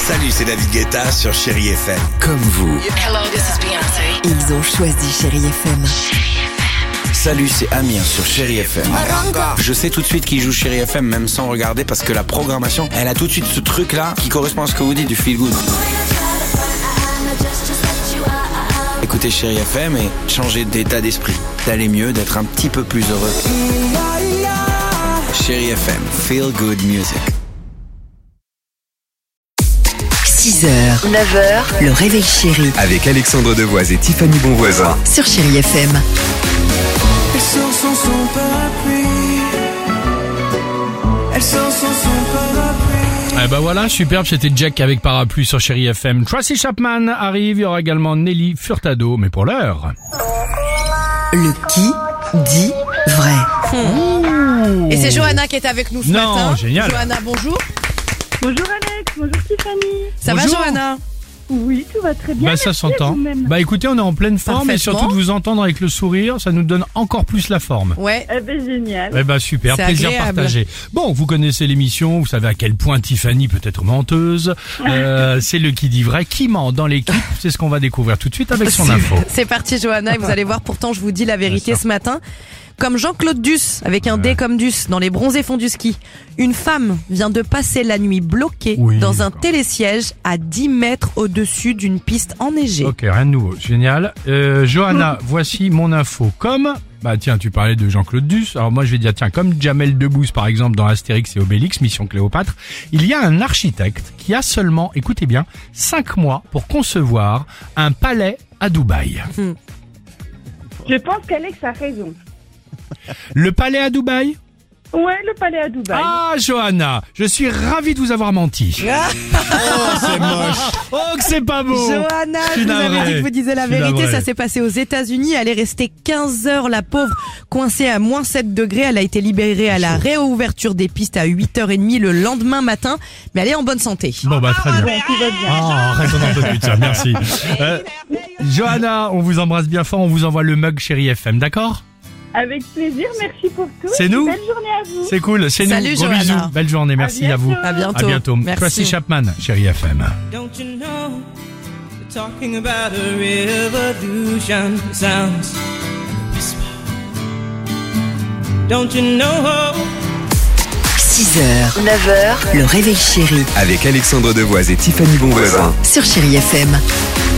Salut, c'est David Guetta sur Chérie FM. Comme vous. Hello, this is Beyoncé. Ils ont choisi Chérie FM. Salut, c'est Amir sur Chérie FM. Je sais tout de suite qui joue Chérie FM, même sans regarder, parce que la programmation, elle a tout de suite ce truc-là qui correspond à ce que vous dites, du feel good. Écoutez Chérie FM et changez d'état d'esprit, d'aller mieux, d'être un petit peu plus heureux. Chérie FM, feel good music. 6h, 9h, le réveil chéri Avec Alexandre Devoise et Tiffany Bonvoisin. sur Chérie FM. Elle sort sans son parapluie. Elle sort sans son parapluie. Eh ben voilà, superbe, c'était Jack avec Parapluie sur Chérie FM. Tracy Chapman arrive, il y aura également Nelly Furtado, mais pour l'heure... Le qui dit vrai. Et c'est Johanna qui est avec nous ce Non, matin. génial. Johanna, bonjour. Bonjour Alex, bonjour Tiffany. Ça Bonjour. va Johanna? Oui, tout va très bien. Bah ça merci, s'entend. vous-même. Bah écoutez, on est en pleine forme et Parfaitement. surtout de vous entendre avec le sourire, ça nous donne encore plus la forme. Ouais. Eh ben génial. Eh ben super, C'est plaisir agréable. partagé. Bon, vous connaissez l'émission, vous savez à quel point Tiffany peut être menteuse. C'est le qui dit vrai, qui ment dans l'équipe, c'est ce qu'on va découvrir tout de suite avec son info. C'est parti Johanna et vous allez voir, pourtant je vous dis la vérité Bien sûr. ce matin. Comme Jean-Claude Duss, avec un D comme Duss, dans les bronzés fonds du ski, une femme vient de passer la nuit bloquée Oui, dans un d'accord. télésiège à 10 mètres au-dessus d'une piste enneigée. Ok, rien de nouveau, génial. Johanna, voici mon info. Comme, bah tiens, tu parlais de Jean-Claude Duss, alors moi je vais dire, tiens, comme Jamel Debbouze par exemple dans Astérix et Obélix, Mission Cléopâtre, il y a un architecte qui a seulement, écoutez bien, 5 mois pour concevoir un palais à Dubaï. Je pense qu'Alex a raison. Le palais à Dubaï? Ouais, le palais à Dubaï. Ah, Johanna, je suis ravi de vous avoir menti. Oh, c'est moche. Oh, que c'est pas beau. Johanna, suis je vous avais navré. dit que vous disiez la Je suis vérité, navré. ça s'est passé aux États-Unis, elle est restée 15 heures, la pauvre, coincée à moins 7 degrés, elle a été libérée à la réouverture des pistes à 8h30 le lendemain matin, mais elle est en bonne santé. Bon, bah, très bien. Bon, tout va bien. Ah, arrête, on en peut plus de ça, merci. Johanna, on vous embrasse bien fort, on vous envoie le mug Chérie FM, d'accord? Avec plaisir, merci pour tout. C'est et nous. Belle journée à vous. C'est cool, c'est nous. Salut, Gros Johanna. bisous, belle journée, merci à vous. À bientôt. À bientôt. Merci. Tracy Chapman, Chérie FM. Don't you know they're talking about a revolution sounds like a whisper. Don't you know 6h, 9h, le réveil chéri Avec Alexandre Devoise et Tiffany Bonvoisin. sur Chérie FM.